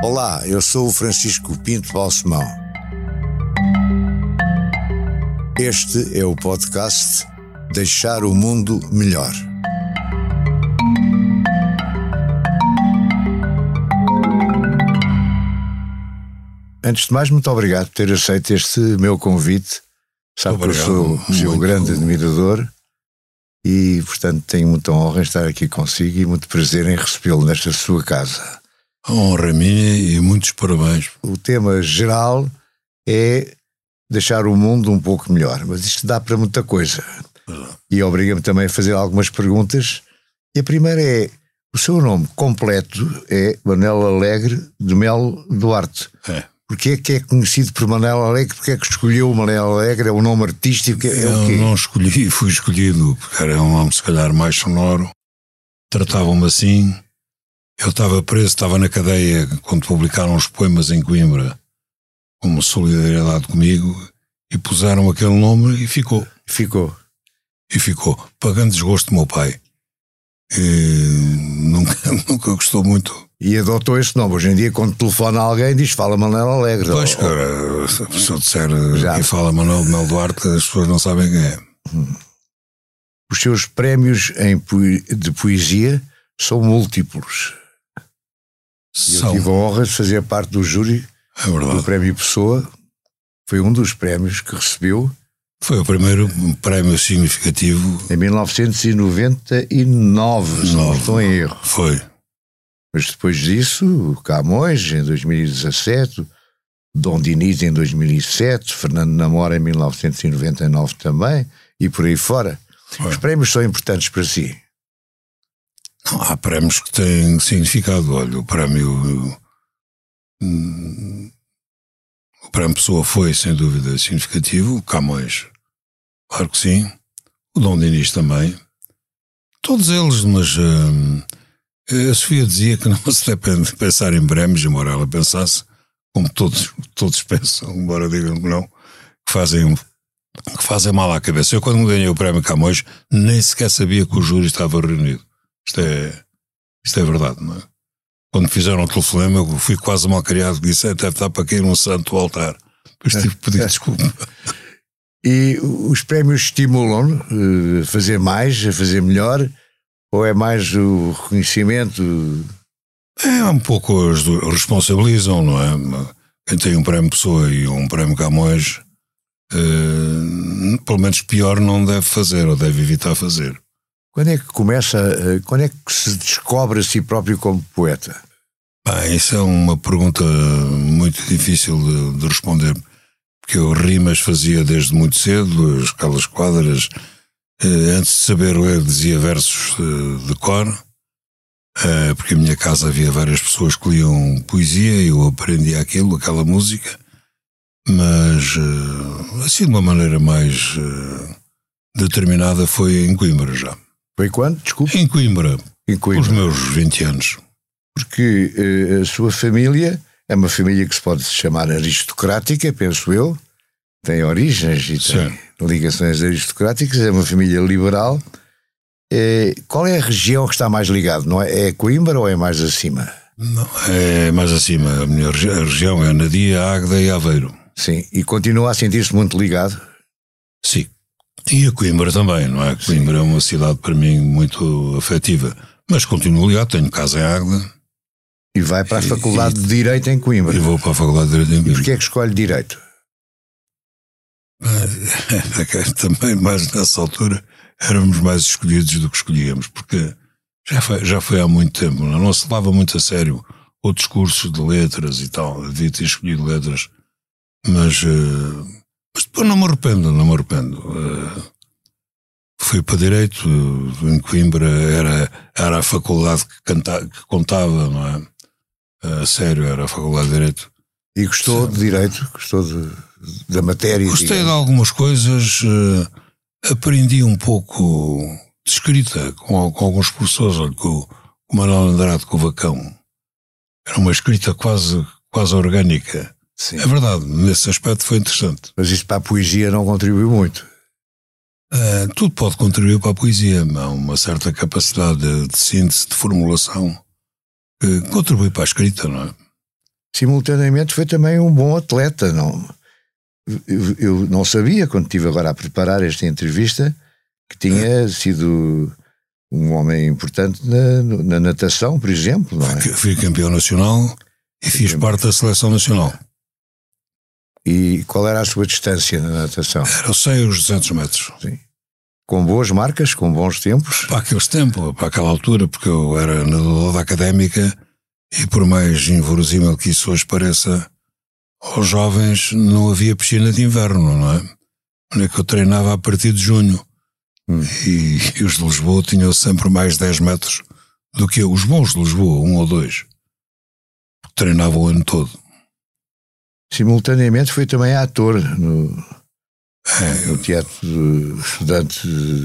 Olá, eu sou o Francisco Pinto Balsemão. Este é o podcast Deixar o Mundo Melhor. Antes de mais, muito obrigado por ter aceito este meu convite. Sabe que eu sou seu grande admirador e, portanto, tenho muita honra em estar aqui consigo e muito prazer em recebê-lo nesta sua casa. A honra é minha e muitos parabéns. O tema geral é deixar o mundo um pouco melhor, mas isto dá para muita coisa. E obriga-me também a fazer algumas perguntas. E a primeira é, o seu nome completo é Manel Alegre de Melo Duarte. É. Porquê é que é conhecido por Manel Alegre? Porquê é que escolheu o Manel Alegre? É um nome artístico? Eu não escolhi, fui escolhido, porque era um nome se calhar mais sonoro. Tratavam-me assim. Eu estava preso, estava na cadeia quando publicaram os poemas em Coimbra, como solidariedade comigo, e puseram aquele nome e ficou. Ficou, pagando desgosto do meu pai. Nunca gostou muito. E adotou esse nome. Hoje em dia, quando telefona a alguém, diz fala Manel Alegre. Pois, cara, se a pessoa disser que fala Manuel de Melo Duarte, as pessoas não sabem quem é. Os seus prémios de poesia são múltiplos. Eu tive a honra de fazer parte do júri do Prémio Pessoa. Foi um dos prémios que recebeu. Foi o primeiro prémio significativo. Em 1999, se não estou em erro. Foi. Mas depois disso, Camões em 2017, Dom Diniz em 2007, Fernando Namora em 1999 também, e por aí fora. Foi. Os prémios são importantes para si? Não, há prémios que têm significado. Olha, o prémio Pessoa foi, sem dúvida, significativo. O Camões, claro que sim. O Dom Diniz também. Todos eles, mas a Sofia dizia que não se deve pensar em prémios, embora ela pensasse, como todos pensam, embora digam que não, que fazem mal à cabeça. Eu, quando ganhei o prémio Camões, nem sequer sabia que o júri estava reunido. Isto é verdade, não é? Quando fizeram o telefonema, eu fui quase mal criado, disse, deve estar para cair um santo altar. Depois tive que pedir desculpa. E os prémios estimulam a fazer mais, a fazer melhor, ou é mais o reconhecimento? É um pouco, responsabilizam, não é? Quem tem um prémio Pessoa e um prémio Camões, pelo menos pior não deve fazer, ou deve evitar fazer. Quando é que que se descobre a si próprio como poeta? Isso é uma pergunta muito difícil de responder, porque eu rimas fazia desde muito cedo, aquelas quadras, antes de saber ler dizia versos de cor, porque em minha casa havia várias pessoas que liam poesia e eu aprendia aquela música, mas assim de uma maneira mais determinada foi em Coimbra já. Foi quando? Desculpe. Em Coimbra. Os meus 20 anos. Porque a sua família é uma família que se pode chamar aristocrática, penso eu. Tem origens e tem ligações aristocráticas. É uma família liberal. Qual é a região que está mais ligado? Não é Coimbra ou é mais acima? Não, é mais acima. A minha região é Nadia, Águeda e Aveiro. Sim. E continua a sentir-se muito ligado? Sim. E a Coimbra também, não é? Coimbra é uma cidade para mim muito afetiva. Mas continuo ligado, tenho casa em Águeda. E vai para a Faculdade de Direito em Coimbra. E vou para a Faculdade de Direito em Coimbra. E porquê é que escolhe Direito? Também, mais nessa altura, éramos mais escolhidos do que escolhíamos, porque já foi há muito tempo, não se levava muito a sério outros cursos de letras e tal. Eu devia ter escolhido letras, mas depois não me arrependo. Fui para Direito, em Coimbra era a faculdade que contava, não é? A sério, era a Faculdade de Direito. E gostou de Direito? Gostou da matéria? Gostei de algumas coisas, aprendi um pouco de escrita com alguns professores, olha, com o Manuel Andrade, com o Vacão. Era uma escrita quase orgânica. Sim. É verdade, nesse aspecto foi interessante. Mas isso para a poesia não contribuiu muito? Tudo pode contribuir para a poesia. Há uma certa capacidade de síntese, de formulação, que contribui para a escrita, não é? Simultaneamente foi também um bom atleta. Eu não sabia, quando estive agora a preparar esta entrevista, que tinha sido um homem importante na natação, por exemplo. Não é? Fui campeão nacional e fiz parte da seleção nacional. E qual era a sua distância na natação? Era o 100 os 200 metros. Sim. Com boas marcas, com bons tempos? Para aqueles tempos, para aquela altura, porque eu era nadador da académica e, por mais inverosímil que isso hoje pareça, aos jovens não havia piscina de inverno, não é? Onde é que eu treinava a partir de junho. E os de Lisboa tinham sempre mais 10 metros do que eu. Os bons de Lisboa, 1 ou 2. Treinavam o ano todo. Simultaneamente foi também ator no Teatro Estudante.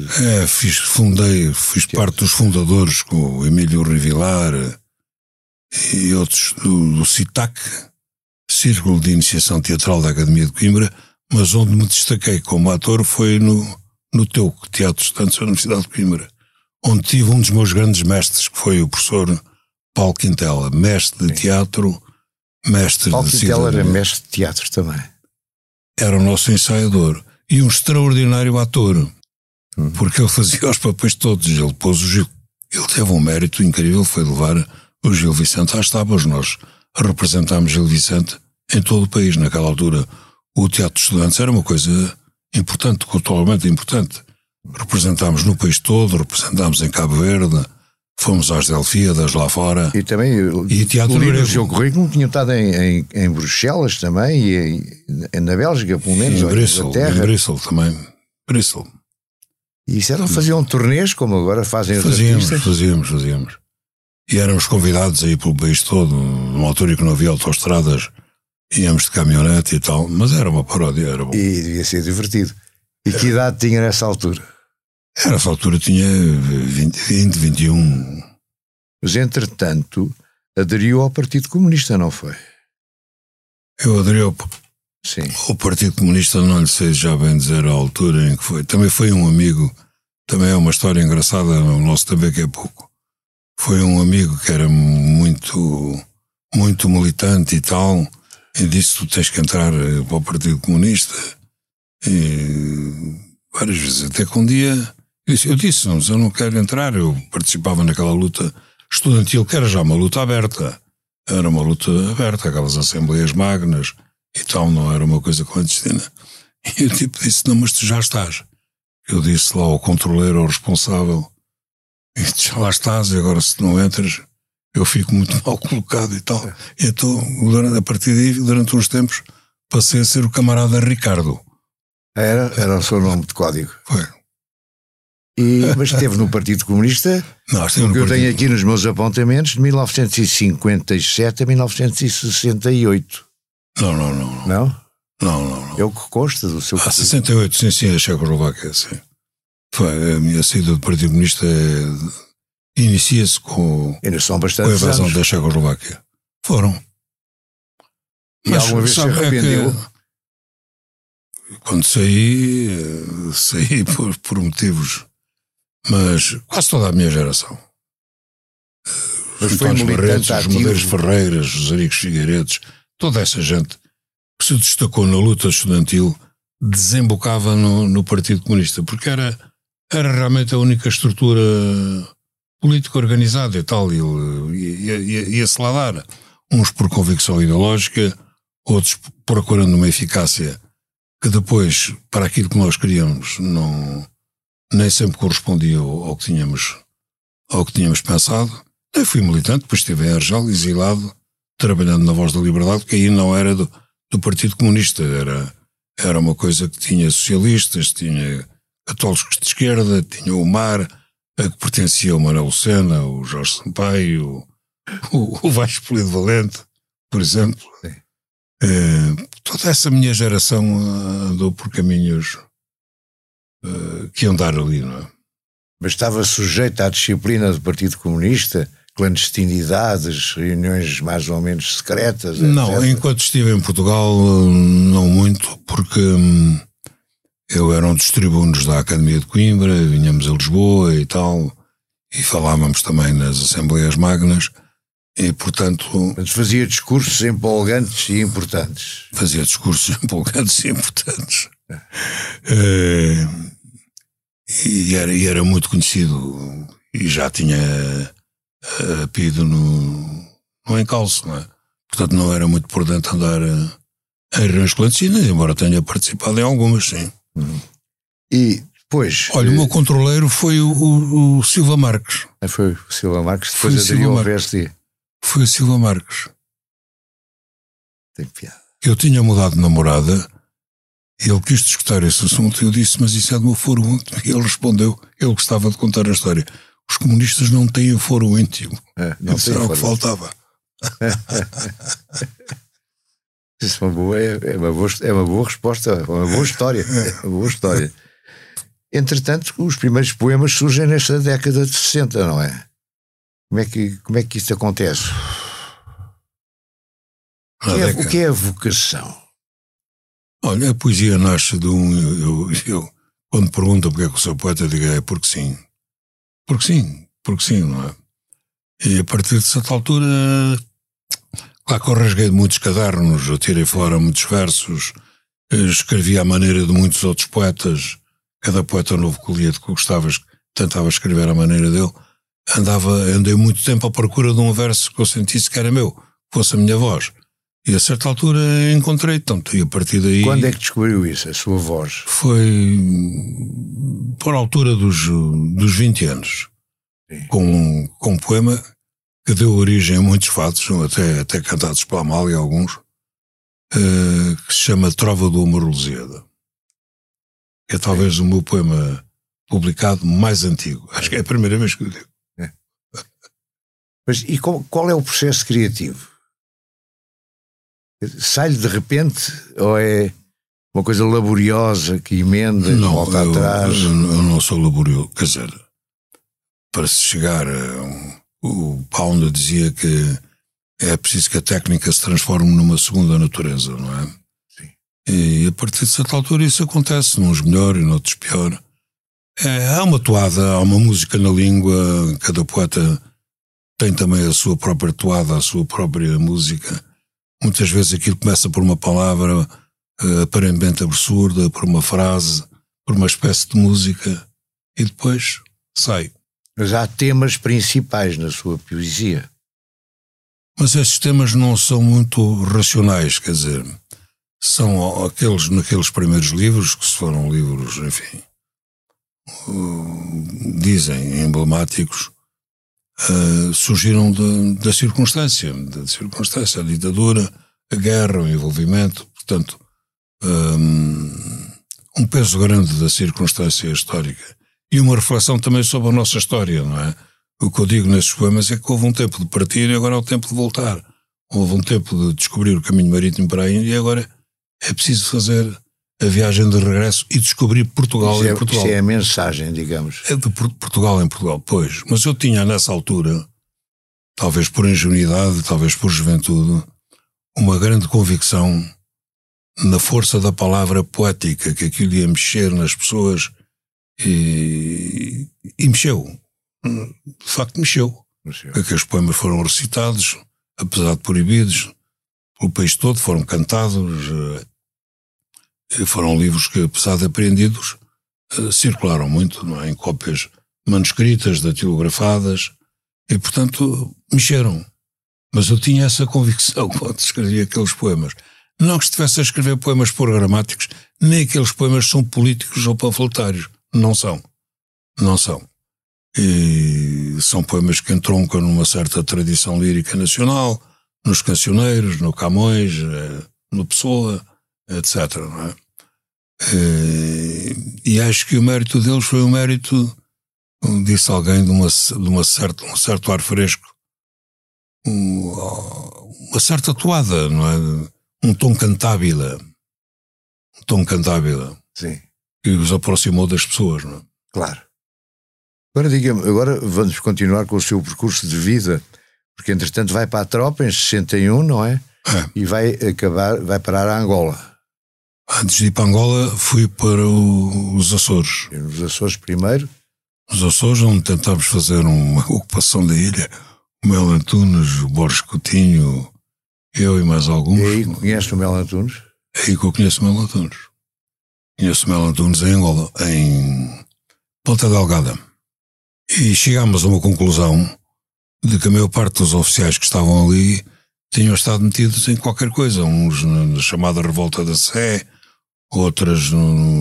Fiz parte dos fundadores com o Emílio Rivilar e outros do CITAC, Círculo de Iniciação Teatral da Academia de Coimbra, mas onde me destaquei como ator foi no TEUC, Teatro Estudantes da Universidade de Coimbra, onde tive um dos meus grandes mestres, que foi o professor Paulo Quintela, mestre de teatro, mestre Paulo de Quintela era mestre de teatro também. Era o nosso ensaiador e um extraordinário ator, porque ele fazia os papéis todos. Ele pôs o Gil. Ele teve um mérito incrível, foi levar o Gil Vicente às tábuas. Nós representámos Gil Vicente em todo o país. Naquela altura, o Teatro de Estudantes era uma coisa importante, culturalmente importante. Representámos no país todo, representámos em Cabo Verde, fomos às Delfíadas lá fora. E também o seu currículo tinha estado em Bruxelas também, e na Bélgica, pelo menos, em Bristol também. Bristol. E isso faziam turnês, como agora fazem os artistas? Fazíamos. E éramos convidados a ir pelo país todo, numa altura que não havia autoestradas, íamos de caminhonete e tal, mas era uma paródia, era bom. E devia ser divertido. E que idade tinha nessa altura? Nessa altura tinha 20, 21. Mas, entretanto, aderiu ao Partido Comunista, não foi? Eu aderi ao Sim. Partido Comunista, não lhe sei já bem dizer a altura em que foi. Também foi um amigo, também é uma história engraçada, o nosso também que é pouco. Foi um amigo que era muito militante e tal, e disse: tu tens que entrar para o Partido Comunista. E várias vezes, até que um dia eu disse: não, mas eu não quero entrar. Eu participava naquela luta estudantil, que era já uma luta aberta. Era uma luta aberta, aquelas assembleias magnas e tal, não era uma coisa clandestina. E o tipo disse: não, mas tu já estás. Eu disse lá ao controleiro, ao responsável: e tu já lá estás, e agora se não entras eu fico muito mal colocado e tal. E então, a partir daí, durante uns tempos, passei a ser o camarada Ricardo. Era o seu nome de código. Foi. Mas esteve no Partido Comunista, porque eu tenho aqui nos meus apontamentos, de 1957 a 1968. Não. Não? Não. É o que consta do seu partido. 68, sim, a Checoslováquia, sim. Foi a minha saída do Partido Comunista, inicia-se com a invasão da Checoslováquia. Foram. E mas, alguma vez se arrependeu? Quando saí por motivos, mas quase toda a minha geração. Mas foi António Barretos, os Madeiros Ferreiras, os Arigos Figueiredos, toda essa gente que se destacou na luta estudantil desembocava no Partido Comunista, porque era realmente a única estrutura política organizada e tal, ia-se lá dar. Uns por convicção ideológica, outros procurando uma eficácia que depois, para aquilo que nós queríamos, nem sempre correspondia ao que tínhamos pensado. Eu fui militante, depois estive em Argel, exilado, trabalhando na Voz da Liberdade, que aí não era do Partido Comunista, era uma coisa que tinha socialistas, tinha católicos de esquerda, tinha o MAR, a que pertencia ao Manuel Lucena, o Jorge Sampaio, o Vasco Polido Valente, por exemplo. Toda essa minha geração andou por caminhos que iam dar ali, não é? Mas estava sujeito à disciplina do Partido Comunista, clandestinidades, reuniões mais ou menos secretas? Não, etc. Enquanto estive em Portugal, não muito, porque eu era um dos tribunos da Academia de Coimbra, vinhamos a Lisboa e tal, e falávamos também nas Assembleias Magnas, E, portanto, fazia discursos empolgantes e importantes. Fazia discursos empolgantes e importantes. E era muito conhecido e já tinha apelido no encalço, não é? Portanto, não era muito por dentro andar em reuniões clandestinas, embora tenha participado em algumas, sim. E depois... Olha, o meu controleiro foi o Silva Marques. Foi o Silva Marques, depois aderiu ao VSD. Foi o Silva Marques. Tem piada. Eu tinha mudado de namorada e ele quis discutir esse assunto e eu disse, mas isso é do meu foro íntimo. E ele respondeu, ele gostava de contar a história. Os comunistas não têm foro íntimo. Isso era o que faltava. Isso é uma boa resposta, uma boa história. Uma boa história. Entretanto, os primeiros poemas surgem nesta década de 60, não é? Como é que isso acontece? O que é a vocação? Olha, a poesia nasce de eu quando perguntam porque é que eu sou poeta, eu digo, porque sim. Porque sim, não é? E a partir de certa altura, claro que eu rasguei muitos cadernos, eu tirei fora muitos versos, escrevi à maneira de muitos outros poetas, cada poeta novo que lia, que gostava, tentava escrever à maneira dele. Andei muito tempo à procura de um verso que eu sentisse que era meu, que fosse a minha voz. E a certa altura encontrei, tanto, e a partir daí... Quando é que descobriu isso, a sua voz? Foi por altura dos 20 anos, com um poema que deu origem a muitos fatos, até cantados pela Amália, alguns, que se chama Trova do Amor Lusíada. É talvez o meu poema publicado mais antigo. Acho que é a primeira vez que eu digo. Mas e qual é o processo criativo? Sai-lhe de repente ou é uma coisa laboriosa que emenda, não, volta atrás? Eu não sou laborioso. Quer dizer, para se chegar o Pound dizia que é preciso que a técnica se transforme numa segunda natureza, não é? Sim. E a partir de certa altura isso acontece, nos melhor e noutros pior. Há uma toada, há uma música na língua, cada poeta tem também a sua própria toada, a sua própria música. Muitas vezes aquilo começa por uma palavra aparentemente absurda, por uma frase, por uma espécie de música e depois sai. Mas há temas principais na sua poesia. Mas esses temas não são muito racionais, quer dizer, são naqueles primeiros livros, que foram livros, enfim, dizem, emblemáticos, surgiram da circunstância, a ditadura, a guerra, o envolvimento, portanto, um peso grande da circunstância histórica e uma reflexão também sobre a nossa história, não é? O que eu digo nesses poemas é que houve um tempo de partir e agora é o tempo de voltar. Houve um tempo de descobrir o caminho marítimo para a Índia e agora é preciso fazer a viagem de regresso e descobrir Portugal em Portugal. Isso é a mensagem, digamos. É de Portugal em Portugal, pois. Mas eu tinha nessa altura, talvez por ingenuidade, talvez por juventude, uma grande convicção na força da palavra poética, que aquilo ia mexer nas pessoas e mexeu. De facto mexeu. Aqueles poemas foram recitados, apesar de proibidos, pelo país todo, foram cantados, foram livros que, apesar de apreendidos, circularam muito, não é? Em cópias manuscritas, datilografadas, e portanto mexeram. Mas eu tinha essa convicção quando escrevia aqueles poemas. Não que estivesse a escrever poemas programáticos, nem aqueles poemas são políticos ou panfletários. Não são. Não são. E são poemas que entroncam numa certa tradição lírica nacional, nos cancioneiros, no Camões, no Pessoa, etc. Não é? E acho que o mérito deles foi um mérito, disse alguém, de um certo ar fresco, uma certa toada, não é? Um tom cantábila. Sim. Que os aproximou das pessoas, não é? Claro. Agora diga-me, agora vamos continuar com o seu percurso de vida, porque entretanto vai para a tropa em 61, não é? E vai parar a Angola. Antes de ir para Angola, fui para os Açores. E nos Açores primeiro? Os Açores, onde tentámos fazer uma ocupação da ilha, O Mel Antunes, o Borges Coutinho, eu e mais alguns. E aí conhece o Mel Antunes? É aí que eu conheço o Mel Antunes. Conheço o Mel Antunes em Angola, em Ponta Delgada. E chegámos a uma conclusão de que a maior parte dos oficiais que estavam ali tinham estado metidos em qualquer coisa. Uns na chamada Revolta da Sé, outras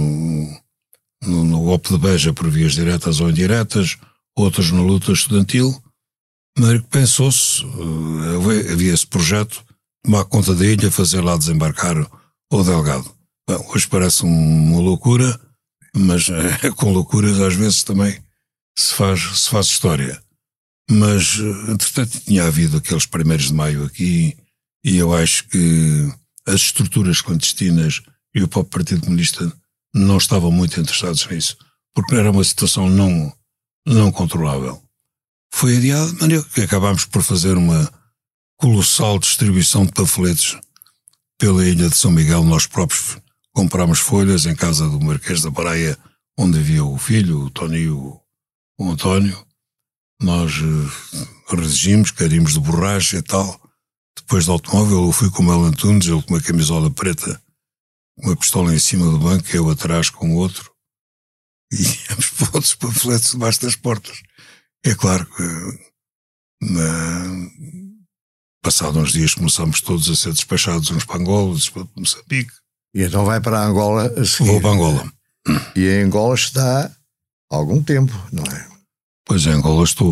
no golpe de Beja por vias diretas ou indiretas, outros na luta estudantil. Mas pensou-se, havia esse projeto, tomar conta da ilha, fazer lá desembarcar o Delgado. Bom, hoje parece uma loucura, mas com loucuras às vezes também se faz história. Mas, entretanto, tinha havido aqueles 1º de maio aqui, e eu acho que as estruturas clandestinas e o próprio Partido Comunista não estavam muito interessados nisso, porque era uma situação não controlável. Foi adiado, de maneira que acabámos por fazer uma colossal distribuição de panfletos pela ilha de São Miguel. Nós próprios comprámos folhas em casa do Marquês da Praia, onde vivia o filho, o Tony, o António. Nós redigimos, carimos de borracha e tal. Depois do automóvel eu fui com o Mel Antunes, ele com uma camisola preta, uma pistola em cima do banco, eu atrás com o outro, e íamos por outros panfletos debaixo das portas. É claro que passados uns dias começámos todos a ser despachados uns para Angola, outros para Moçambique. E então vai para Angola a seguir. Vou para Angola. E em Angola está há algum tempo, não é? Pois em Angola estou.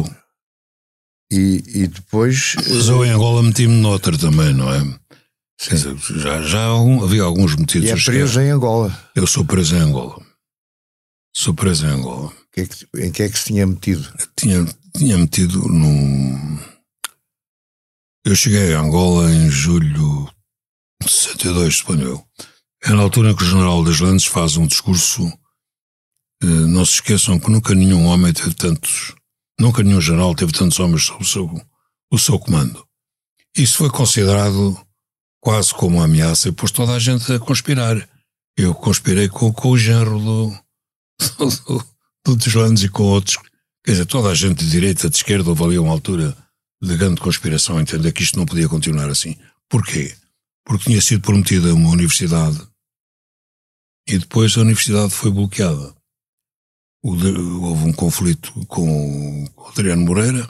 E depois... Mas eu em Angola meti-me noutra também, não é? Quer dizer, havia alguns motivos. E é preso em Angola? Eu sou preso em Angola. Sou preso em Angola. Em que é que se tinha metido? Tinha metido num... Eu cheguei a Angola em julho de 62, suponho eu. É na altura em que o general das Landes faz um discurso. Não se esqueçam que nunca nenhum homem teve tantos... Nunca nenhum general teve tantos homens sob o seu comando. Isso foi considerado quase como uma ameaça e pôs toda a gente a conspirar. Eu conspirei com o genro do Deslandes e com outros. Quer dizer, toda a gente de direita, de esquerda, houve ali uma altura de grande conspiração a entender que isto não podia continuar assim. Porquê? Porque tinha sido prometida uma universidade e depois a universidade foi bloqueada. Houve um conflito com o Adriano Moreira,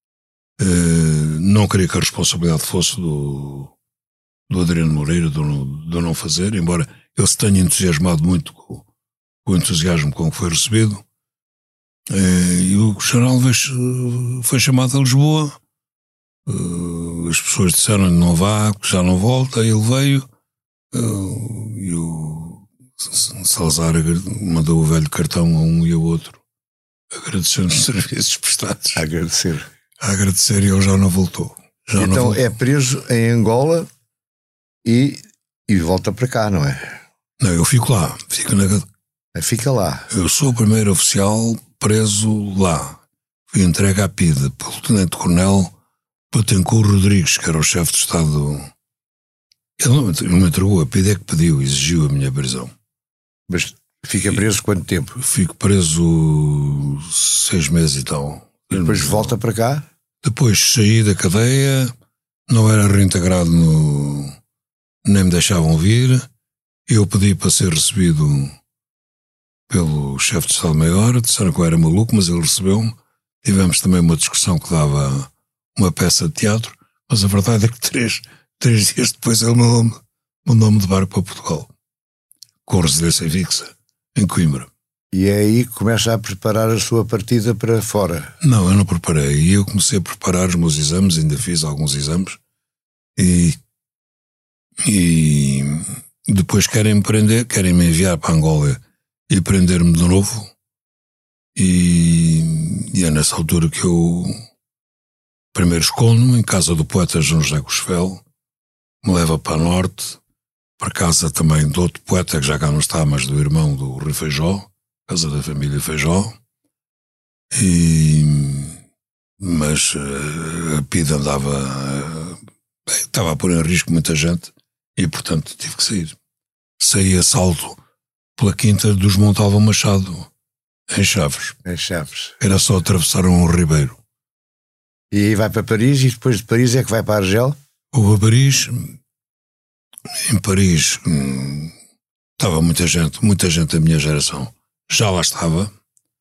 não queria que a responsabilidade fosse do Adriano Moreira de não fazer, embora ele se tenha entusiasmado muito com o entusiasmo com que foi recebido. E o general foi chamado a Lisboa, as pessoas disseram-lhe não vá, que já não volta, ele veio, e o Salazar mandou o velho cartão a um e ao outro, agradecendo os serviços prestados. A agradecer e ele já não voltou. Não voltou. É preso em Angola e volta para cá, não é? Não, eu fico lá. Fica lá. Eu sou o primeiro oficial preso lá. Fui entregue à PIDE pelo Tenente-Coronel Patencourt Rodrigues, que era o chefe de Estado. Ele não me entregou, a PIDE é que pediu, exigiu a minha prisão. Mas fica preso quanto tempo? Fico preso 6 meses e tal. E depois volta para cá? Depois saí da cadeia, não era reintegrado nem me deixavam vir. Eu pedi para ser recebido pelo chefe de Estado-Maior, disseram que eu era maluco, mas ele recebeu-me. Tivemos também uma discussão que dava uma peça de teatro, mas a verdade é que três dias depois ele mandou-me de barco para Portugal, com residência fixa, em Coimbra. E é aí que começa a preparar a sua partida para fora? Não, eu não preparei. Eu comecei a preparar os meus exames, ainda fiz alguns exames, e depois querem me enviar para Angola e prender-me de novo, e é nessa altura que eu primeiro escondo-me em casa do poeta João José Cosfel, me leva para Norte, para casa também de outro poeta que já cá não está, mas do irmão do Rui Feijó, casa da família Feijó, mas a PIDE estava a pôr em risco muita gente e portanto tive que sair. Saí a salto pela quinta dos Montalva Machado, em Chaves. Em Chaves. Era só atravessar um ribeiro. E aí vai para Paris, e depois de Paris é que vai para Argel? Ou a Paris. Em Paris estava muita gente da minha geração já lá estava.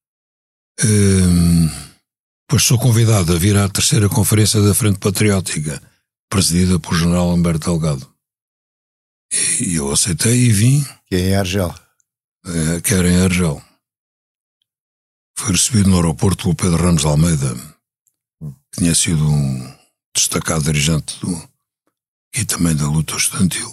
Depois sou convidado a vir à terceira conferência da Frente Patriótica, presidida por general Humberto Delgado. E eu aceitei e vim. Que é em Argel. Que era em Argel. Fui recebido no aeroporto pelo Pedro Ramos de Almeida, que tinha sido um destacado dirigente e também da luta estudantil.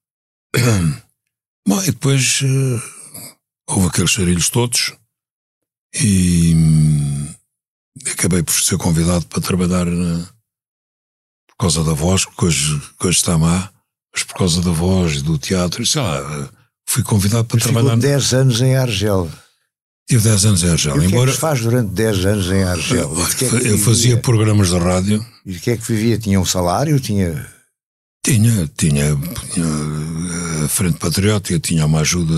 Bom, e depois houve aqueles charilhos todos e acabei por ser convidado para trabalhar por causa da voz, que hoje está má, mas por causa da voz e do teatro, sei lá, fui convidado para trabalhar. Ficou 10 anos em Argel. Tive 10 anos em Argel. E o que é que se faz durante 10 anos em Argel? Eu fazia programas de rádio. E de que é que vivia? Tinha um salário? Tinha a Frente Patriótica, tinha uma ajuda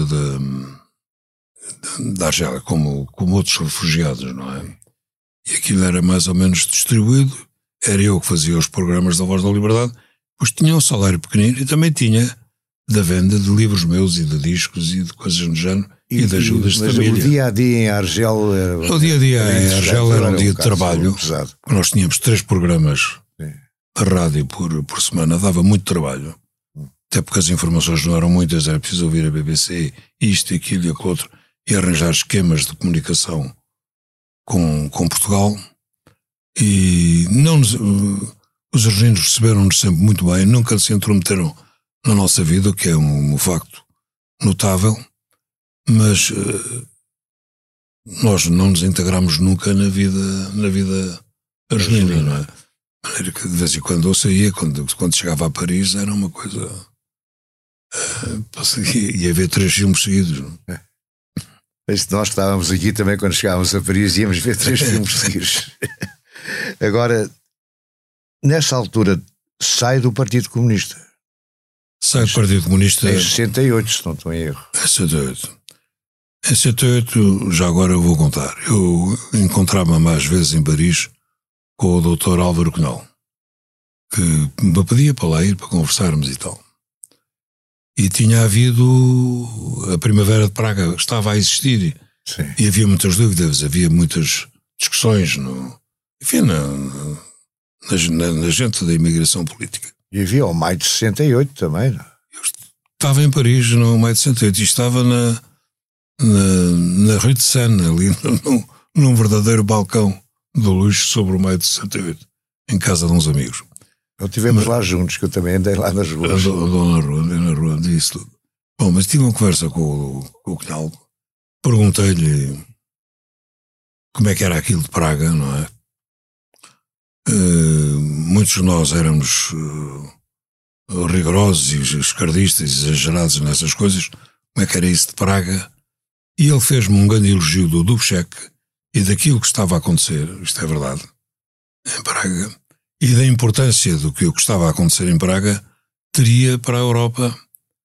da Argélia, como outros refugiados, não é? E aquilo era mais ou menos distribuído. Era eu que fazia os programas da Voz da Liberdade, pois tinha um salário pequenino e também tinha da venda de livros meus e de discos e de coisas no género e de ajudas de família. Mas o dia-a-dia em Argel o dia-a-dia em Argel era um dia de trabalho. Nós tínhamos 3 programas a rádio por semana, dava muito trabalho, até porque as informações não eram muitas, era preciso ouvir a BBC, isto, aquilo e aquilo outro, e arranjar esquemas de comunicação com Portugal. E não os argentinos receberam-nos sempre muito bem, nunca se intrometeram na nossa vida, o que é um facto notável, mas nós não nos integramos nunca na vida argentina, não é? De maneira que de vez em quando eu saía, quando chegava a Paris, era uma coisa. Ia ver 3 filmes seguidos. Nós que estávamos aqui também, quando chegávamos a Paris, íamos ver 3 filmes seguidos. Agora, nessa altura, sai do Partido Comunista. Sai do Partido Comunista. Em 68, se não estou em erro. Em 68. Em 68, já agora eu vou contar. Eu encontrava-me mais vezes em Paris com o Dr. Álvaro Cunhal, que me pedia para lá ir para conversarmos e tal. E tinha havido a Primavera de Praga, estava a existir. Sim. E havia muitas dúvidas, havia muitas discussões na gente da imigração política. E havia o maio de 68 também, não? Eu estava em Paris no maio de 68 e estava na Rue de Seine, ali num verdadeiro balcão do luxo sobre o maio de 68, em casa de uns amigos. Não estivemos lá juntos, que eu também andei lá nas ruas. Andei na rua, disse tudo. Bom, mas tive uma conversa com o Cunhal, perguntei-lhe como é que era aquilo de Praga, não é? Muitos de nós éramos rigorosos e esquerdistas, exagerados nessas coisas, como é que era isso de Praga? E ele fez-me um grande elogio do Dubček e daquilo que estava a acontecer, isto é verdade, em Praga, e da importância do que o que estava a acontecer em Praga teria para a Europa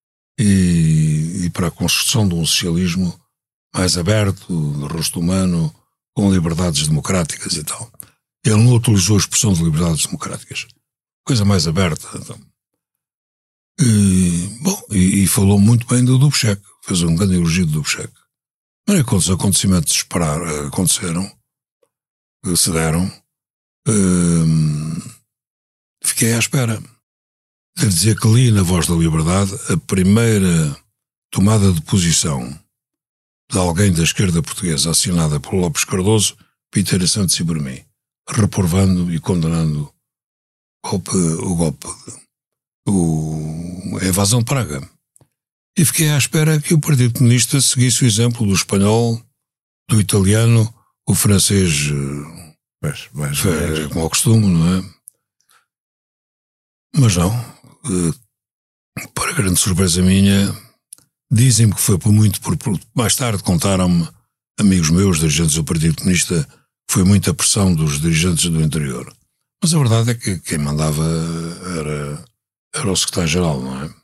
e para a construção de um socialismo mais aberto, de rosto humano, com liberdades democráticas e tal. Ele não utilizou a expressão de liberdades democráticas, coisa mais aberta. Então. E falou muito bem do Dubček, fez um grande elogio do Dubček. Mas quando os acontecimentos se deram, fiquei à espera. Devo dizer que li na Voz da Liberdade a primeira tomada de posição de alguém da esquerda portuguesa assinada por Lopes Cardoso, Peter Santos e por mim, reprovando e condenando a invasão de Praga. E fiquei à espera que o Partido Comunista seguisse o exemplo do espanhol, do italiano, o francês, como ao costume, não é? Mas não. Para grande surpresa minha, dizem-me que foi por mais tarde contaram-me amigos meus, dirigentes do Partido Comunista, foi muita pressão dos dirigentes do interior. Mas a verdade é que quem mandava era o secretário-geral, não é?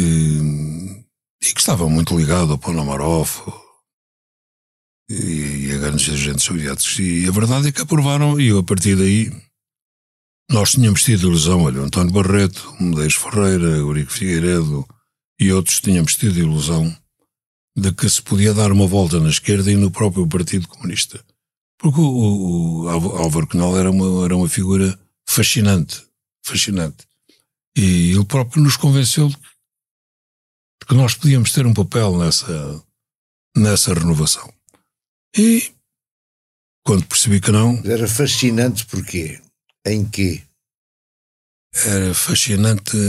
E que estava muito ligado ao Ponomarov e havia grandes dirigentes soviéticos. E a verdade é que aprovaram, e eu, a partir daí, nós tínhamos tido ilusão. Olha, o António Barreto, o Medeiros Ferreira, o Eurico Figueiredo e outros tínhamos tido ilusão de que se podia dar uma volta na esquerda e no próprio Partido Comunista. Porque o Álvaro Cunhal era uma figura fascinante. E ele próprio nos convenceu de que nós podíamos ter um papel nessa renovação. E quando percebi que não... Era fascinante porquê? Em quê? Era fascinante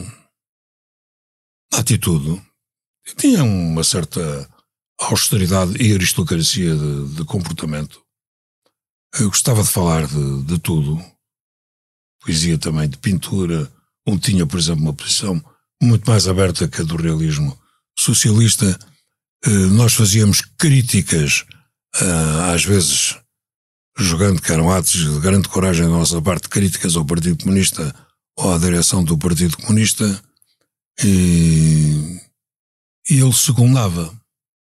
na atitude. Tinha uma certa austeridade e aristocracia de comportamento. Eu gostava de falar de tudo. Poesia também, de pintura. Tinha, por exemplo, uma posição muito mais aberta que a do realismo socialista. Nós fazíamos críticas, às vezes jogando que eram atos de grande coragem da nossa parte, críticas ao Partido Comunista ou à direção do Partido Comunista, e ele secundava,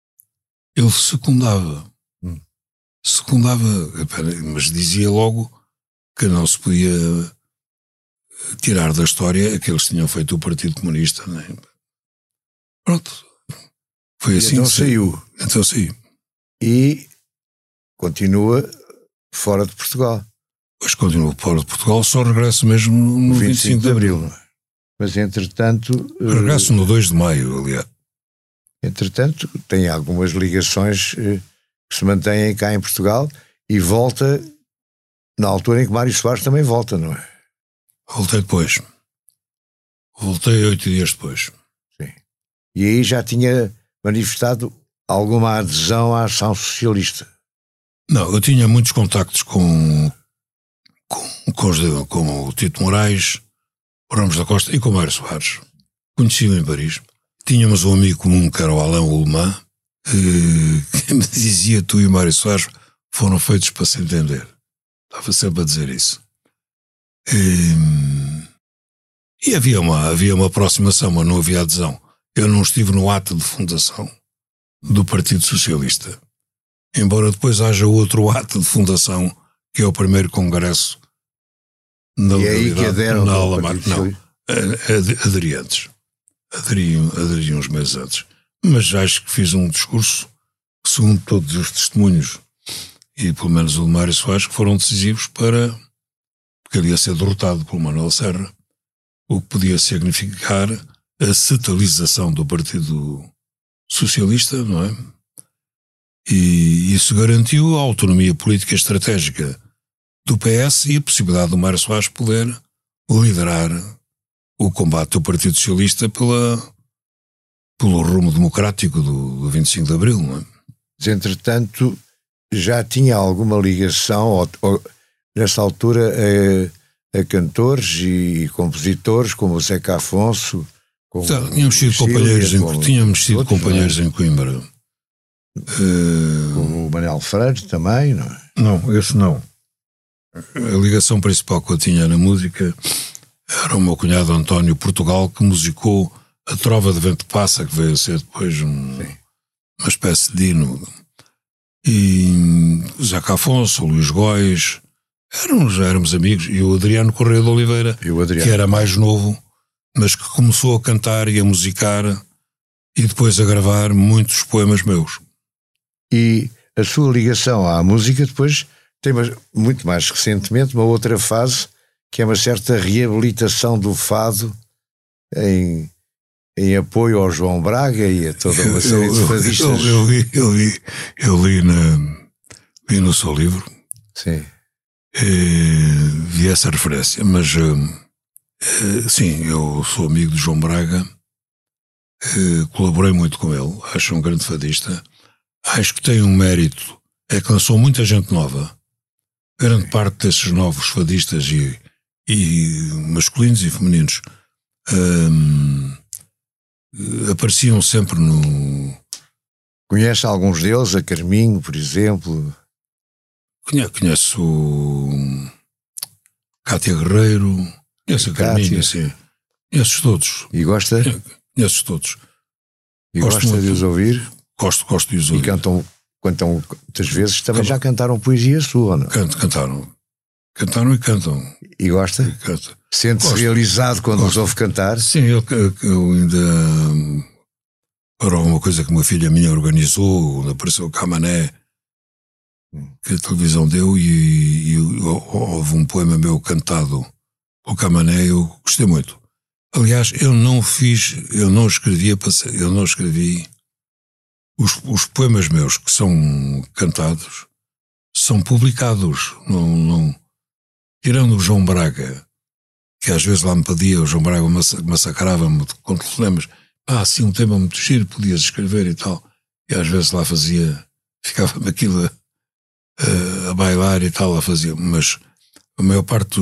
mas dizia logo que não se podia tirar da história aqueles que tinham feito o Partido Comunista, né? Pronto, foi assim. Então saiu. E continua fora de Portugal. Pois continua fora de Portugal, só regresso mesmo no 25 de Abril. Mas entretanto... Regresso no 2 de Maio, aliás. Entretanto, tem algumas ligações que se mantêm cá em Portugal e volta na altura em que Mário Soares também volta, não é? Voltei depois. Voltei 8 dias depois. Sim. E aí já tinha manifestado alguma adesão à ação socialista? Não, eu tinha muitos contactos com o Tito Moraes, o Ramos da Costa e com o Mário Soares. Conheci-o em Paris. Tínhamos um amigo comum que era o Alain Ullmann, que me dizia: tu e o Mário Soares foram feitos para se entender. Estava sempre a dizer isso. E havia uma aproximação, mas não havia adesão. Eu não estive no ato de fundação do Partido Socialista, embora depois haja outro ato de fundação, que é o primeiro congresso na legalidade, na Alamar. Não, aderi antes. Aderi uns meses antes. Mas acho que fiz um discurso que, segundo todos os testemunhos, e pelo menos o de Mário Soares, que foram decisivos porque ele ia ser derrotado por Manuel Serra, o que podia significar a setalização do Partido Socialista, não é? E isso garantiu a autonomia política estratégica do PS e a possibilidade do Mário Soares poder liderar o combate do Partido Socialista pelo rumo democrático do 25 de Abril, não é? Mas, entretanto, já tinha alguma ligação, nessa altura, a cantores e compositores como o Zeca Afonso? Tínhamos sido companheiros em Coimbra. Como o Manuel Freire também, não é? Não, esse não. A ligação principal que eu tinha na música era o meu cunhado António Portugal, que musicou a Trova de Vento Passa, que veio a ser depois uma espécie de hino. E o Zeca Afonso, o Luís Góis, já éramos amigos, e o Adriano Correia de Oliveira, que era mais novo, mas que começou a cantar e a musicar e depois a gravar muitos poemas meus. E a sua ligação à música depois tem muito mais recentemente uma outra fase, que é uma certa reabilitação do fado em apoio ao João Braga e a toda uma série de fadistas. Eu li no seu livro. Sim. Vi essa referência, mas sim, eu sou amigo de João Braga, colaborei muito com ele, acho um grande fadista, acho que tem um mérito, é que lançou muita gente nova. Grande parte desses novos fadistas e masculinos e femininos apareciam sempre no... Conhece alguns deles? A Carminho, por exemplo? Conheço Cátia Guerreiro, conheço a Carminho, sim. Conheço todos. E gosta? Conheço todos. E gosta de os ouvir? Gosto de os ouvir. E cantam Quantas vezes também já cantaram poesia sua, não? Cantaram e cantam. E gosta? Sente-se realizado quando os ouve cantar? Sim, eu ainda... Para uma coisa que uma filha minha organizou, onde apareceu o Camané, que a televisão deu, e houve um poema meu cantado pelo Camané, eu gostei muito. Aliás, eu não escrevi os poemas meus que são cantados, são publicados, tirando o João Braga, que às vezes lá me pedia, o João Braga massacrava-me com telefonemas, sim, um tema muito giro, podias escrever e tal, e às vezes lá ficava-me aquilo a bailar e tal, mas a maior parte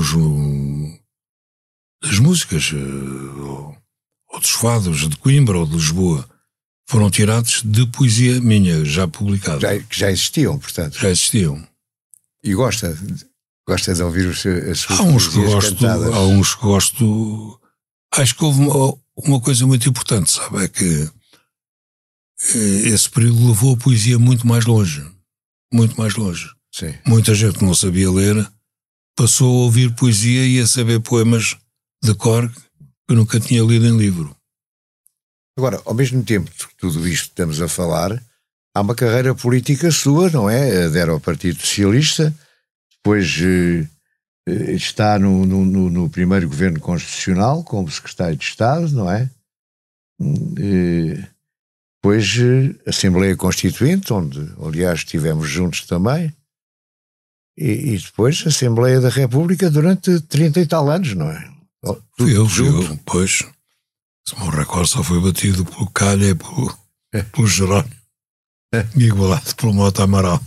das músicas, ou dos fados de Coimbra ou de Lisboa, foram tirados de poesia minha, já publicada. Que já existiam, portanto. Já existiam. E gosta de ouvir as suas poesias cantadas? Há uns que gosto. Acho que houve uma coisa muito importante, sabe? É que esse período levou a poesia muito mais longe. Muito mais longe. Sim. Muita gente que não sabia ler passou a ouvir poesia e a saber poemas de cor que eu nunca tinha lido em livro. Agora, ao mesmo tempo que tudo isto que estamos a falar, há uma carreira política sua, não é? Adere ao Partido Socialista, depois está no primeiro governo constitucional como secretário de Estado, não é? Depois Assembleia Constituinte, onde aliás estivemos juntos também, e depois Assembleia da República durante 30 e tal anos, não é? Fui eu, pois, se o meu recorde só foi batido pelo Calha e pelo Jerónimo, e igualado pelo Mota Amaral.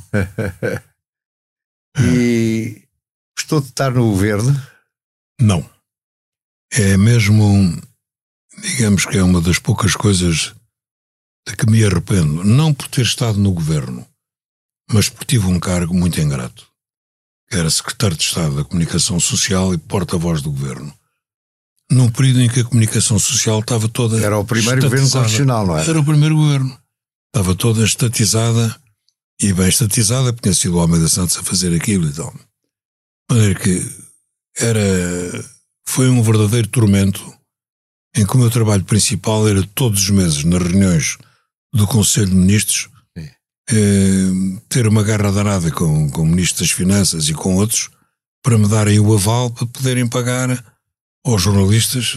E gostou de estar no governo? Não. É mesmo, digamos que é uma das poucas coisas de que me arrependo. Não por ter estado no governo, mas porque tive um cargo muito ingrato, que era secretário de Estado da Comunicação Social e porta-voz do governo. Num período em que a comunicação social estava toda... Era o primeiro governo constitucional, não é? Era o primeiro governo. Estava toda estatizada, e bem estatizada, porque tinha sido o Almeida Santos a fazer aquilo e tal. De maneira que foi um verdadeiro tormento, em que o meu trabalho principal era todos os meses, nas reuniões do Conselho de Ministros, ter uma guerra danada com o Ministro das Finanças e com outros, para me darem o aval para poderem pagar aos jornalistas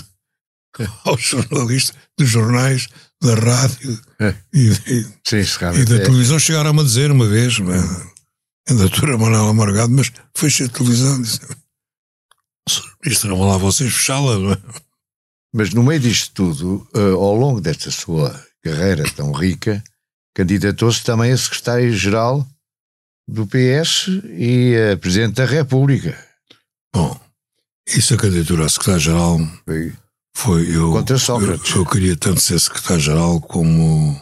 dos jornais, da rádio e da televisão. Chegaram-me a dizer uma vez, a doutora Manuela Morgado, mas fecha a televisão, disse, isto não vão lá vocês fechá-la, não é? Mas no meio disto tudo, ao longo desta sua carreira tão rica, candidatou-se também a secretário-geral do PS e a Presidente da República. Bom, isso, a candidatura a secretário-geral foi eu. Contra Sócrates. Eu queria tanto ser secretário-geral como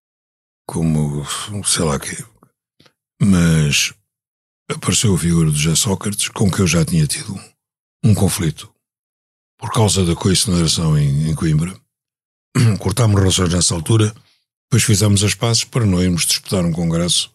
sei lá quê. Mas apareceu a figura do José Sócrates, com que eu já tinha tido um conflito por causa da co-incineração em Coimbra. Cortámos relações nessa altura, depois fizemos as pazes para não irmos disputar um congresso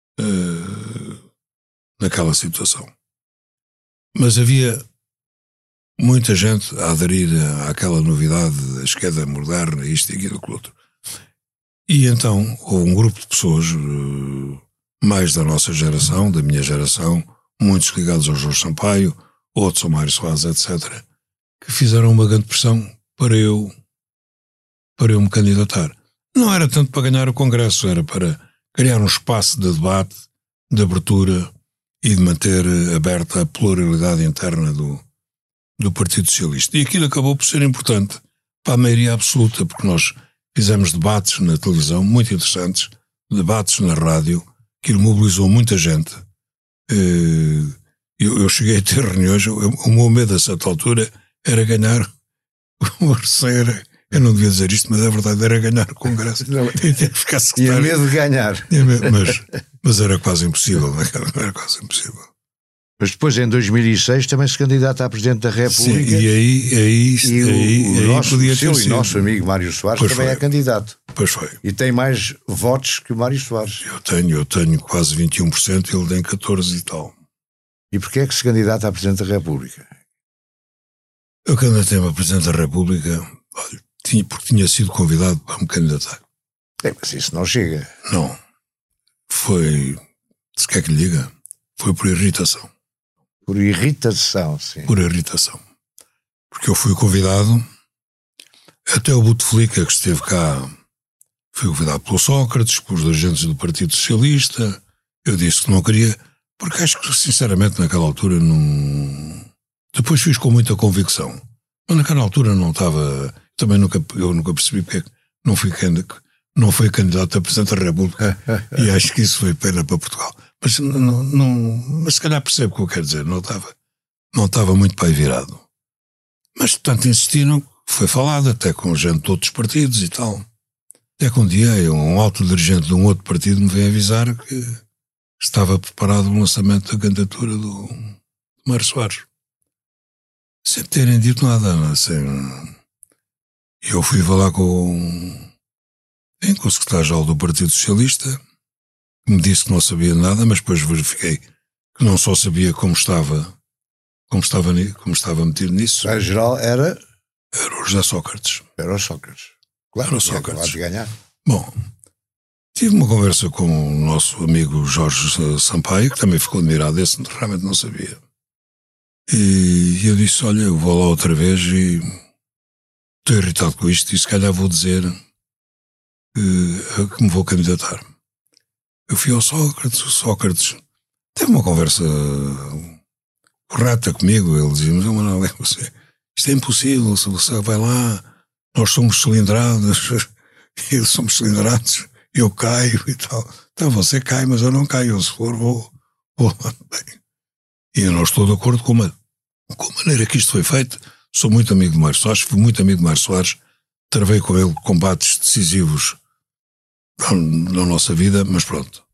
naquela situação. Mas havia muita gente a aderir àquela novidade da esquerda moderna, isto e aquilo, aquilo outro. E então houve um grupo de pessoas, mais da nossa geração, da minha geração, muitos ligados ao Jorge Sampaio, outros ao Mário Soares, etc., que fizeram uma grande pressão para eu me candidatar. Não era tanto para ganhar o Congresso, era para criar um espaço de debate, de abertura e de manter aberta a pluralidade interna do Partido Socialista. E aquilo acabou por ser importante para a maioria absoluta, porque nós fizemos debates na televisão muito interessantes, debates na rádio, aquilo mobilizou muita gente. Eu cheguei a ter reuniões, o meu medo a certa altura era ganhar o Arceira. Eu não devia dizer isto, mas é verdade, era ganhar o Congresso. Tinha medo de ganhar. Mas era quase impossível, era quase impossível. Mas depois, em 2006, também se candidata a Presidente da República. Sim, e o nosso, podia seu ter e sido. nosso amigo Mário Soares Pois também foi. é candidato. Pois foi. E tem mais votos que o Mário Soares. Eu tenho quase 21%, ele tem 14% e tal. E porquê é que se candidata a Presidente da República? Eu candidatei-me a Presidente da República, olha, porque tinha sido convidado para me candidatar. Mas isso não chega. Não. Foi, se quer que lhe diga, foi por irritação. Por irritação, sim. Por irritação. Porque eu fui convidado, até o Bouteflika, que esteve cá, fui convidado pelo Sócrates, pelos dirigentes do Partido Socialista. Eu disse que não queria, porque acho que, sinceramente, naquela altura não. Depois fiz com muita convicção. Mas naquela altura não estava. Também eu nunca percebi porque é que não fui candidato a Presidente da República. E acho que isso foi pena para Portugal. Mas, mas se calhar percebo o que eu quero dizer. Não estava muito para aí virado. Mas tanto insistiram, foi falado até com gente de outros partidos e tal. Até que um dia um alto dirigente de um outro partido me veio avisar que estava preparado o lançamento da candidatura do Mário Soares. Sem terem dito nada. Eu fui falar com o secretário-geral do Partido Socialista, que me disse que não sabia nada, mas depois verifiquei que não só sabia como estava metido nisso. O secretário-geral era o José Sócrates. Era o Sócrates. Claro, era o Sócrates. De ganhar. Bom, tive uma conversa com o nosso amigo Jorge Sampaio, que também ficou admirado, esse realmente não sabia. E eu disse, olha, eu vou lá outra vez e estou irritado com isto e se calhar vou dizer que me vou candidatar. Eu fui ao Sócrates, o Sócrates teve uma conversa correta comigo, ele dizia, mas não, isto é impossível, se você vai lá, nós somos cilindrados, eu caio e tal. Então você cai, mas eu não caio, se for vou lá bem. E eu não estou de acordo com a maneira que isto foi feito. Sou muito amigo de Mário Soares, fui muito amigo de Mário Soares, travei com ele combates decisivos na nossa vida, mas pronto.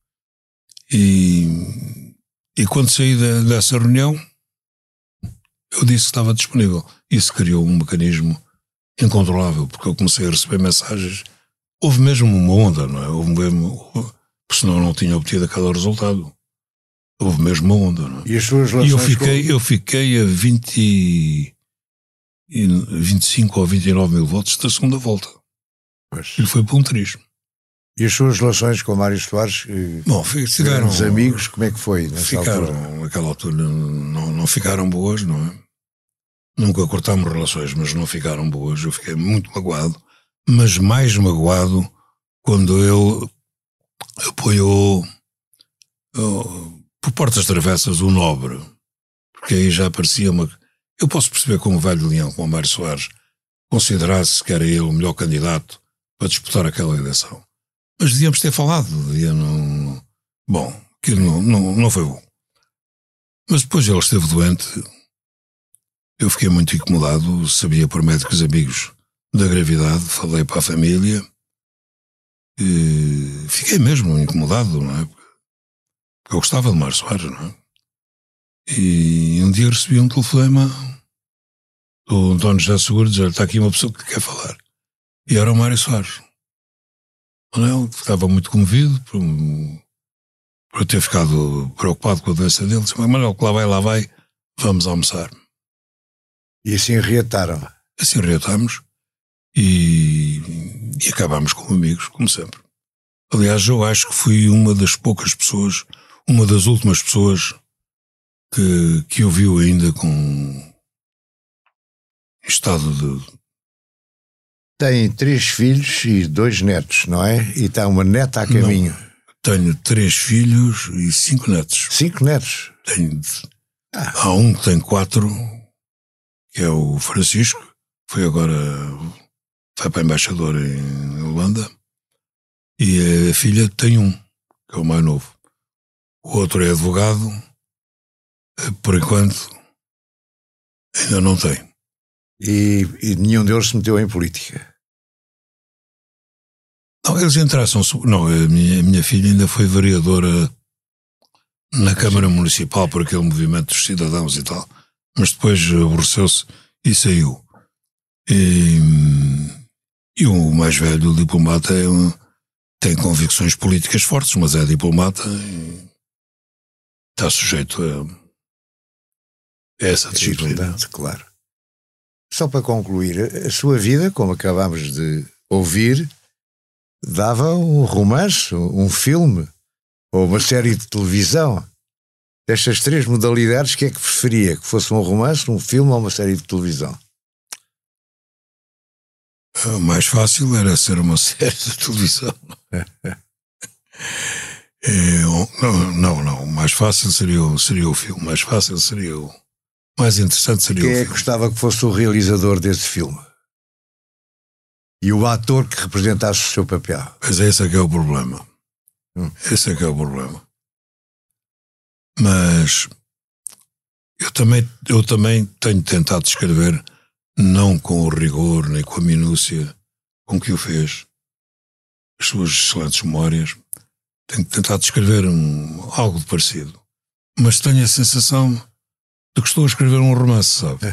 E quando saí dessa reunião, eu disse que estava disponível. Isso criou um mecanismo incontrolável, porque eu comecei a receber mensagens. Houve mesmo uma onda, não é? Porque senão eu não tinha obtido aquele resultado. Houve mesmo uma onda, não é? E as suas relações eu fiquei a 25 ou 29 mil votos da segunda volta. Pois. Ele foi para um triz. E as suas relações com o Mário Soares? Bom, ficaram os amigos, como é que foi nessa altura? Naquela altura não ficaram boas, não é? Nunca cortámos relações, mas não ficaram boas. Eu fiquei muito magoado, mas mais magoado quando ele apoiou por portas travessas o Nobre, porque aí já parecia uma... Eu posso perceber como o velho leão, como o Mário Soares, considerasse que era ele o melhor candidato para disputar aquela eleição. Mas devíamos ter falado, bom, aquilo não foi bom. Mas depois ele esteve doente, eu fiquei muito incomodado, sabia por médicos amigos da gravidade, falei para a família, e fiquei mesmo incomodado, não é? Porque eu gostava de Mário Soares, não é? E um dia recebi um telefonema do António José Seguro, dizer, está aqui uma pessoa que quer falar. E era o Mário Soares. Eu estava muito comovido por ter ficado preocupado com a doença dele. Disse, Manuel, que lá vai, vamos almoçar. E assim reataram. Assim reatámos e acabámos como amigos, como sempre. Aliás, eu acho que fui uma das poucas pessoas, uma das últimas pessoas que eu viu ainda com estado de... Tem 3 filhos e 2 netos, não é? E está uma neta a caminho. Não, tenho 3 filhos e 5 netos. 5 netos? Há um que tem 4, que é o Francisco, foi para embaixador em Holanda, e a filha tem 1, que é o mais novo. O outro é advogado, por enquanto ainda não tem. E nenhum deles se meteu em política? Não, eles interessam-se. Não, a minha filha ainda foi vereadora na Câmara Municipal por aquele movimento dos cidadãos e tal, mas depois aborreceu-se e saiu. E o mais velho, o diplomata, tem convicções políticas fortes, mas é diplomata e está sujeito a essa disciplina. Claro. Só para concluir, a sua vida, como acabámos de ouvir, dava um romance, um filme ou uma série de televisão. Destas 3 modalidades, o que é que preferia? Que fosse um romance, um filme ou uma série de televisão? O mais fácil era ser uma série de televisão. Não. O mais fácil seria o filme. Mais fácil seria o mais interessante seria o filme. Quem é que gostava que fosse o realizador desse filme? E o ator que representasse o seu papel? Mas esse é que é o problema. Esse é que é o problema. Mas eu também tenho tentado escrever, não com o rigor nem com a minúcia com que o fez, as suas excelentes memórias. Tenho tentado escrever algo de parecido, mas tenho a sensação de que estou a escrever um romance, sabe?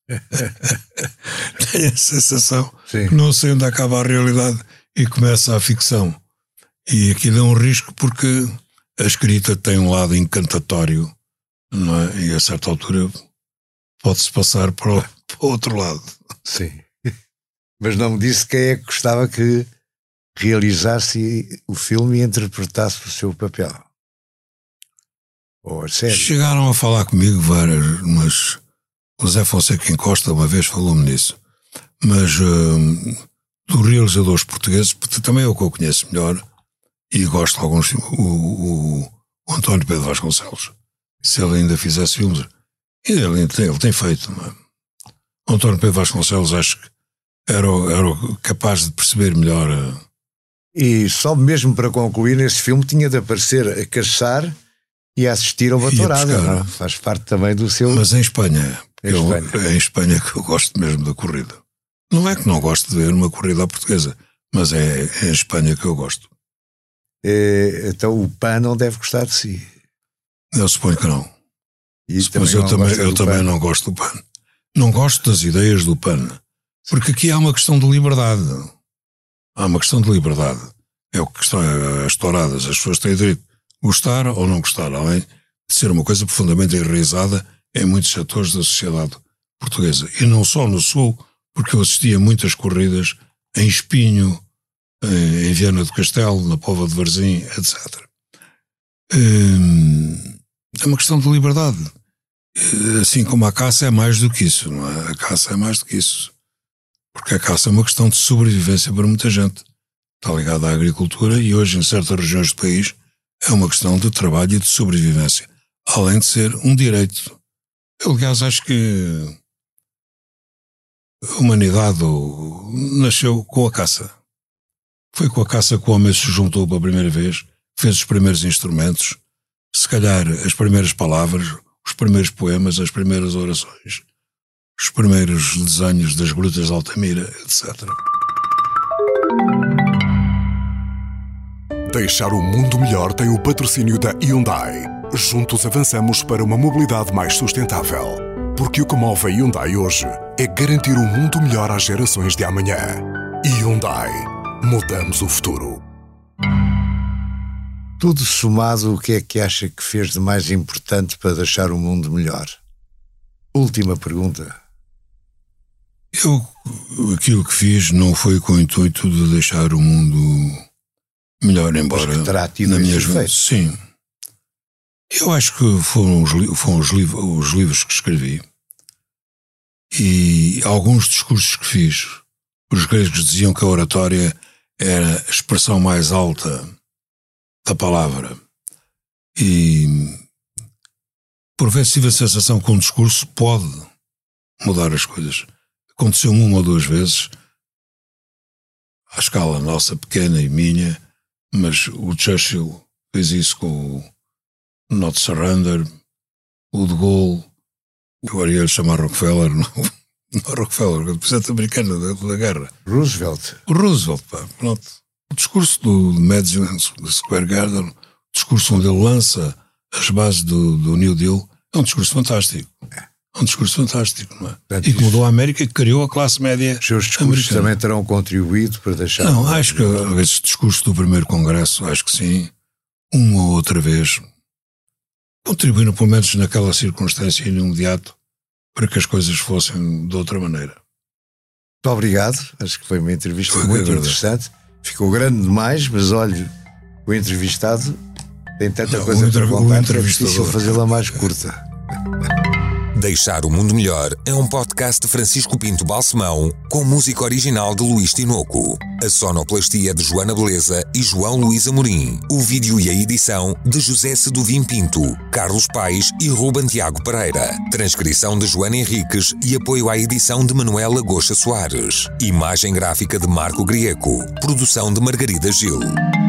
Tenho a sensação que não sei onde acaba a realidade e começa a ficção. E aquilo é um risco porque a escrita tem um lado encantatório, não é? E a certa altura pode-se passar para o outro lado. Sim. Mas não me disse quem é que gostava que realizasse o filme e interpretasse o seu papel. Ou a série. Chegaram a falar comigo várias, mas o Zé Fonseca Encosta uma vez falou-me nisso. Mas dos realizadores portugueses, também é o que eu conheço melhor e gosto de alguns, o António Pedro Vasconcelos. Se ele ainda fizesse filmes, ele tem feito, não é? O António Pedro Vasconcelos acho que era capaz de perceber melhor. E só mesmo para concluir, nesse filme tinha de aparecer a caçar e a assistir ao batorado, não é? Faz parte também do seu... Mas em Espanha, é em Espanha que eu gosto mesmo da corrida. Não é que não gosto de ver uma corrida à portuguesa, mas é em Espanha que eu gosto. Então o PAN não deve gostar de si. Eu suponho que não. Mas eu também não gosto do PAN. Não gosto das ideias do PAN. Porque aqui há uma questão de liberdade. Há uma questão de liberdade. É o que estão as touradas. As pessoas têm direito de gostar ou não gostar, além de ser uma coisa profundamente enraizada em muitos setores da sociedade portuguesa. E não só no Sul, porque eu assisti a muitas corridas em Espinho, em Viana do Castelo, na Póvoa de Varzim, etc. É uma questão de liberdade. Assim como a caça é mais do que isso, não é? A caça é mais do que isso. Porque a caça é uma questão de sobrevivência para muita gente. Está ligada à agricultura e hoje em certas regiões do país é uma questão de trabalho e de sobrevivência. Além de ser um direito. Eu, aliás, acho que a humanidade nasceu com a caça. Foi com a caça que o homem se juntou pela primeira vez, fez os primeiros instrumentos, se calhar as primeiras palavras, os primeiros poemas, as primeiras orações, os primeiros desenhos das grutas de Altamira, etc. Deixar o mundo melhor tem o patrocínio da Hyundai. Juntos avançamos para uma mobilidade mais sustentável. Porque o que move a Hyundai hoje é garantir um mundo melhor às gerações de amanhã. Hyundai. Mudamos o futuro. Tudo somado, o que é que acha que fez de mais importante para deixar o mundo melhor? Última pergunta. Aquilo que fiz não foi com o intuito de deixar o mundo melhor, embora terá tido na minha efeito. Sim. Eu acho que foram os livros que escrevi e alguns discursos que fiz. Os gregos diziam que a oratória era a expressão mais alta da palavra. E por vezes tive a sensação que um discurso pode mudar as coisas. Aconteceu-me uma ou duas vezes, à escala nossa, pequena e minha, mas o Churchill fez isso com o Not Surrender, o De Gaulle, agora ia-lhe chamar Rockefeller, não Rockefeller, o presidente americano da guerra. Roosevelt. O Roosevelt, pá, pronto. O discurso do Madison Square Garden, o discurso onde ele lança as bases do New Deal, é um discurso fantástico. É um discurso fantástico, não é? Portanto, e que mudou a América e que criou a classe média. Os seus discursos americana. também terão contribuído para deixar... Não, acho que esse discurso do primeiro congresso, acho que sim, uma ou outra vez, contribuíram pelo menos naquela circunstância imediato para que as coisas fossem de outra maneira. Muito obrigado, acho que foi uma entrevista muito interessante. Ficou grande demais, mas olha, o entrevistado tem tanta coisa para contar que é difícil fazê-la mais curta. Deixar o Mundo Melhor é um podcast de Francisco Pinto Balsemão com música original de Luís Tinoco. A sonoplastia de Joana Beleza e João Luís Amorim. O vídeo e a edição de José Seduvim Pinto, Carlos Paes e Ruben Tiago Pereira. Transcrição de Joana Henriques e apoio à edição de Manuela Goxa Soares. Imagem gráfica de Marco Grieco. Produção de Margarida Gil.